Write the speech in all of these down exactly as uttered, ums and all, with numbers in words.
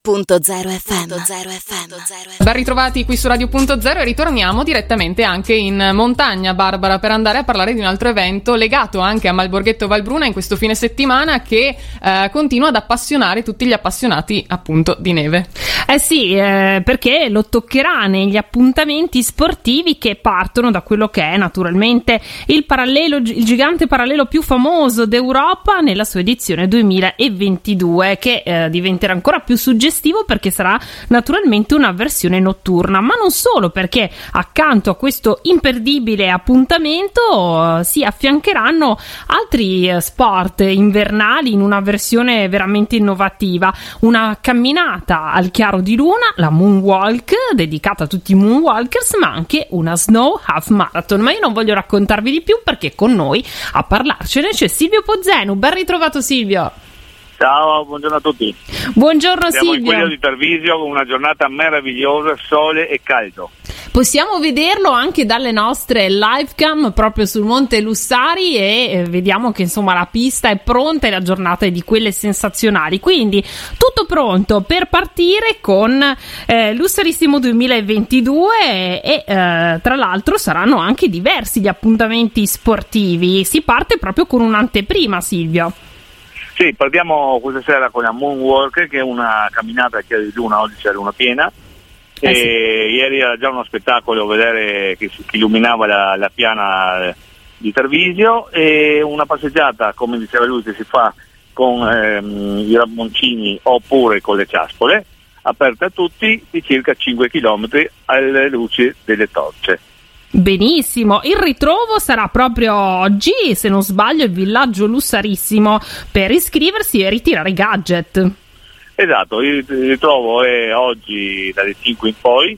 Punto zero F M. Ben ritrovati qui su Radio Punto Zero e ritorniamo direttamente anche in montagna, Barbara, per andare a parlare di un altro evento legato anche a Malborghetto Valbruna in questo fine settimana che eh, continua ad appassionare tutti gli appassionati appunto di neve. Eh sì, eh, perché lo toccherà negli appuntamenti sportivi che partono da quello che è naturalmente il parallelo, il gigante parallelo più famoso d'Europa nella sua edizione duemilaventidue, che eh, diventerà ancora più suggestivo perché sarà naturalmente una versione notturna, ma non solo, perché accanto a questo imperdibile appuntamento eh, si affiancheranno altri eh, sport invernali in una versione veramente innovativa, una camminata al chiaro di luna, la Moonwalk, dedicata a tutti i Moonwalkers, ma anche una Snow Half Marathon. Ma io non voglio raccontarvi di più perché con noi a parlarcene c'è Silvio Pozzenu. Ben ritrovato, Silvio. Ciao, buongiorno a tutti. Buongiorno. Siamo Silvio. in quello di Tarvisio con una giornata meravigliosa, sole e caldo. Possiamo vederlo anche dalle nostre live cam proprio sul Monte Lussari e eh, vediamo che insomma la pista è pronta e la giornata è di quelle sensazionali. Quindi tutto pronto per partire con eh, Lussarissimo duemilaventidue e eh, tra l'altro saranno anche diversi gli appuntamenti sportivi. Si parte proprio con un'anteprima, Silvio. Sì, partiamo questa sera con la Moonwalk, che è una camminata a chiaro di luna, oggi c'è luna piena. Eh e sì. Ieri era già uno spettacolo vedere che si che illuminava la, la piana di Tarvisio, e una passeggiata, come diceva lui, che si fa con ehm, i rammoncini oppure con le ciaspole, aperta a tutti, di circa cinque chilometri alle luci delle torce. Benissimo, il ritrovo sarà proprio oggi, se non sbaglio, il villaggio Lussarissimo, per iscriversi e ritirare i gadget. Esatto, il ritrovo è oggi dalle cinque in poi,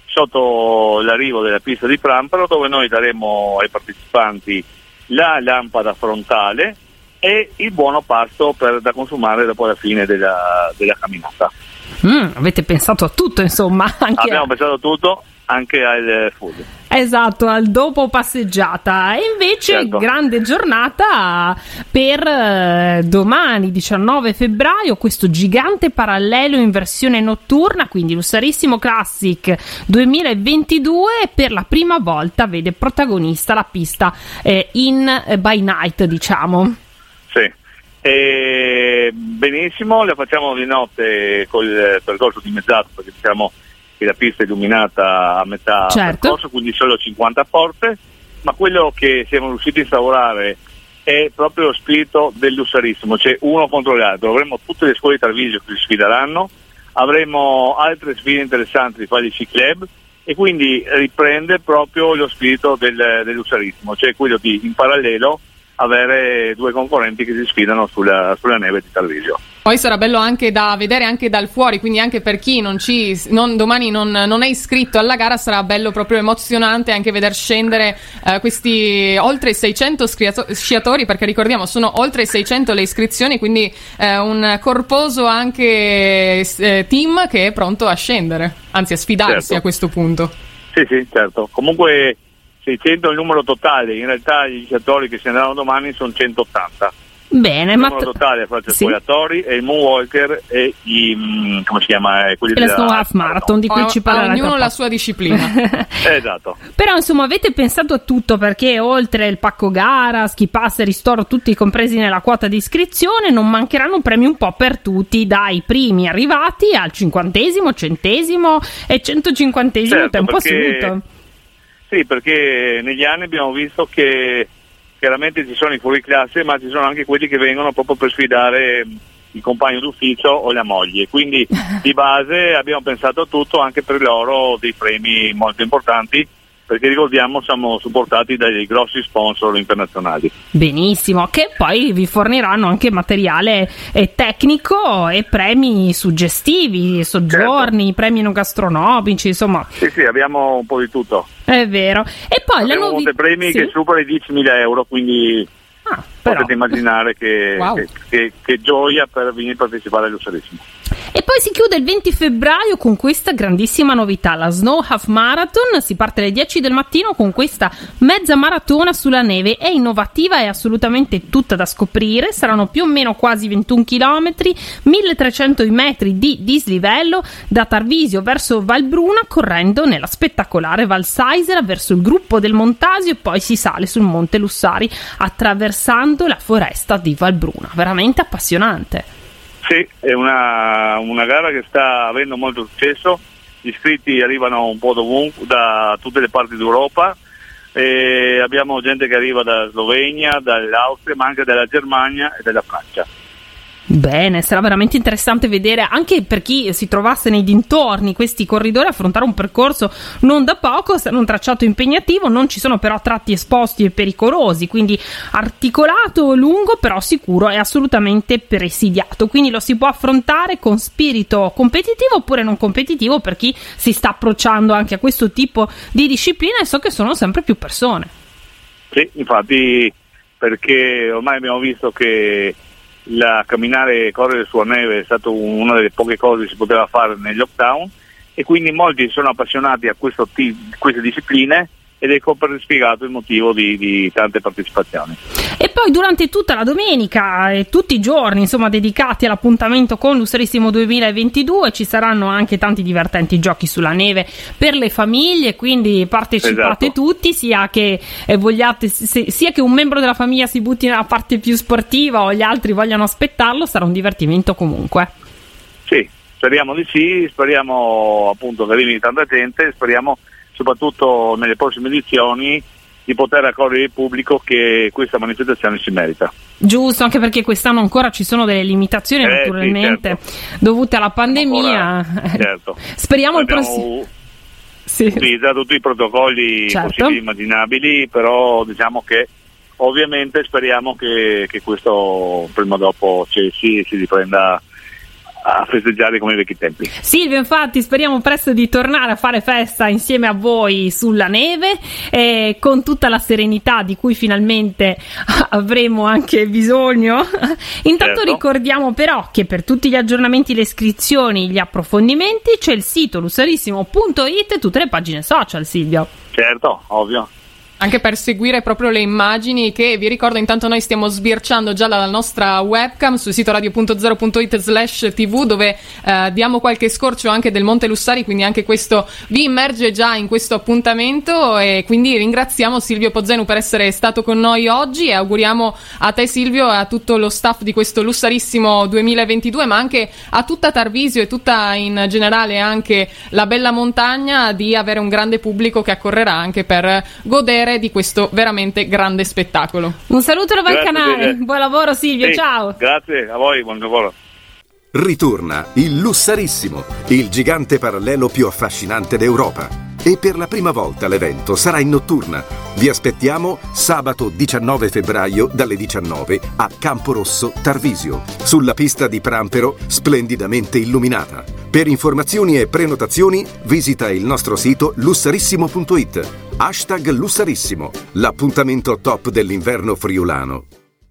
sotto l'arrivo della pista di Pramparo, dove noi daremo ai partecipanti la lampada frontale e il buono pasto per, da consumare dopo la fine della, della camminata. Mm, avete pensato a tutto, insomma. Anche Abbiamo a... pensato a tutto, anche al food. Esatto, al dopo passeggiata. E invece Certo. grande giornata per eh, domani diciannove febbraio, questo gigante parallelo in versione notturna, quindi Lussarissimo Classic duemilaventidue per la prima volta vede protagonista la pista eh, in eh, by night, diciamo. Sì. E benissimo, la facciamo di notte col percorso dimezzato, perché diciamo che la pista è illuminata a metà Certo. percorso, quindi solo cinquanta porte, ma quello che siamo riusciti a instaurare è proprio lo spirito del Lussarissimo, cioè uno contro l'altro. Avremo tutte le scuole di Tarvisio che si sfideranno, avremo altre sfide interessanti di quali sci club, e quindi riprende proprio lo spirito del, del Lussarissimo, cioè quello di in parallelo avere due concorrenti che si sfidano sulla, sulla neve di Tarvisio. Poi sarà bello anche da vedere anche dal fuori, quindi anche per chi non ci non, domani non, non è iscritto alla gara sarà bello, proprio emozionante anche veder scendere eh, questi oltre seicento scriato- sciatori, perché ricordiamo sono oltre seicento le iscrizioni, quindi eh, un corposo anche eh, team che è pronto a scendere, anzi a sfidarsi. Certo. A questo punto. Sì, sì, certo. Comunque seicento è il numero totale, in realtà gli sciatori che si andranno domani sono centottanta. Bene, Il ma numero t- totale fra i sì. spogliatori e il Moonwalker e i mm, come si chiama? Eh, quelli E la della Snow Half Marathon di cui O- ci parlerà ognuno tra la poco. sua disciplina. Esatto. Però insomma avete pensato a tutto, perché oltre il pacco gara, ski pass e ristoro tutti compresi nella quota di iscrizione, non mancheranno premi un po' per tutti, dai primi arrivati al cinquantesimo, centesimo e centocinquantesimo Certo, tempo perché- assoluto. Sì, perché negli anni abbiamo visto che chiaramente ci sono i fuori classe, ma ci sono anche quelli che vengono proprio per sfidare il compagno d'ufficio o la moglie, quindi di base abbiamo pensato a tutto, anche per loro dei premi molto importanti, perché ricordiamo siamo supportati dai grossi sponsor internazionali. Benissimo, che poi vi forniranno anche materiale eh, tecnico e premi suggestivi, soggiorni, Certo. premi enogastronomici, insomma, Sì, sì, abbiamo un po' di tutto. è vero. E poi la Abbiamo novità, dei premi sì? che supera i diecimila euro, quindi Ah, però. potete immaginare che, Wow. che, che, che gioia per venire a partecipare al Lussarissimo. E poi si chiude il venti febbraio con questa grandissima novità, la Snow Half Marathon. Si parte alle dieci del mattino con questa mezza maratona sulla neve. È innovativa, è assolutamente tutta da scoprire. Saranno più o meno quasi ventuno chilometri, milletrecento metri di dislivello da Tarvisio verso Valbruna, correndo nella spettacolare Val Saisera verso il gruppo del Montasio, e poi si sale sul Monte Lussari attraversando la foresta di Valbruna. Veramente appassionante. Sì, è una, una gara che sta avendo molto successo, gli iscritti arrivano un po' dovunque, da tutte le parti d'Europa, e abbiamo gente che arriva da Slovenia, dall'Austria, ma anche dalla Germania e dalla Francia. Bene, sarà veramente interessante vedere, anche per chi si trovasse nei dintorni, questi corridori affrontare un percorso non da poco. Sarà un tracciato impegnativo, non ci sono però tratti esposti e pericolosi, quindi articolato, lungo, però sicuro e assolutamente presidiato, quindi lo si può affrontare con spirito competitivo oppure non competitivo per chi si sta approcciando anche a questo tipo di disciplina, e so che sono sempre più persone. Sì, infatti, perché ormai abbiamo visto che la camminare e correre sulla neve è stata una delle poche cose che si poteva fare nel lockdown, e quindi molti sono appassionati a questo t- queste discipline, ed ecco per spiegato il motivo di, di tante partecipazioni. E poi durante tutta la domenica e tutti i giorni, insomma, dedicati all'appuntamento con Lusarissimo duemilaventidue, ci saranno anche tanti divertenti giochi sulla neve per le famiglie, quindi partecipate, esatto, tutti, sia che eh, vogliate se, sia che un membro della famiglia si butti nella parte più sportiva o gli altri vogliano aspettarlo, sarà un divertimento comunque. Sì, speriamo di sì, speriamo appunto che arrivi tanta gente, speriamo soprattutto nelle prossime edizioni di poter accorgere il pubblico che questa manifestazione si merita. Giusto, anche perché quest'anno ancora ci sono delle limitazioni, eh, naturalmente, sì, certo, dovute alla pandemia. Ancora, certo. Speriamo il prossimo. Sì. Utilizza tutti i protocolli, certo, possibili, immaginabili, però diciamo che ovviamente speriamo che, che questo prima o dopo ci, si, si riprenda a festeggiare come i vecchi tempi. Silvio, infatti speriamo presto di tornare a fare festa insieme a voi sulla neve, eh, con tutta la serenità di cui finalmente avremo anche bisogno. Intanto, certo, ricordiamo però che per tutti gli aggiornamenti, le iscrizioni, gli approfondimenti c'è il sito lusarissimo punto it e tutte le pagine social, Silvio. Certo, ovvio. Anche per seguire proprio le immagini, che vi ricordo intanto noi stiamo sbirciando già dalla nostra webcam sul sito radio punto zero punto it slash tv, dove eh, diamo qualche scorcio anche del Monte Lussari, quindi anche questo vi immerge già in questo appuntamento. E quindi ringraziamo Silvio Pozzenu per essere stato con noi oggi, e auguriamo a te, Silvio, e a tutto lo staff di questo Lussarissimo duemilaventidue, ma anche a tutta Tarvisio e tutta in generale anche la bella montagna, di avere un grande pubblico che accorrerà anche per godere di questo veramente grande spettacolo. Un saluto da Val Canale, Silvia. Buon lavoro, Silvio, sì, ciao. Grazie a voi, buon lavoro. Ritorna il Lussarissimo, il gigante parallelo più affascinante d'Europa, e per la prima volta l'evento sarà in notturna. Vi aspettiamo sabato diciannove febbraio dalle diciannove a Camporosso, Tarvisio, sulla pista di Prampero splendidamente illuminata. Per informazioni e prenotazioni visita il nostro sito lussarissimo punto it. Hashtag Lussarissimo, l'appuntamento top dell'inverno friulano.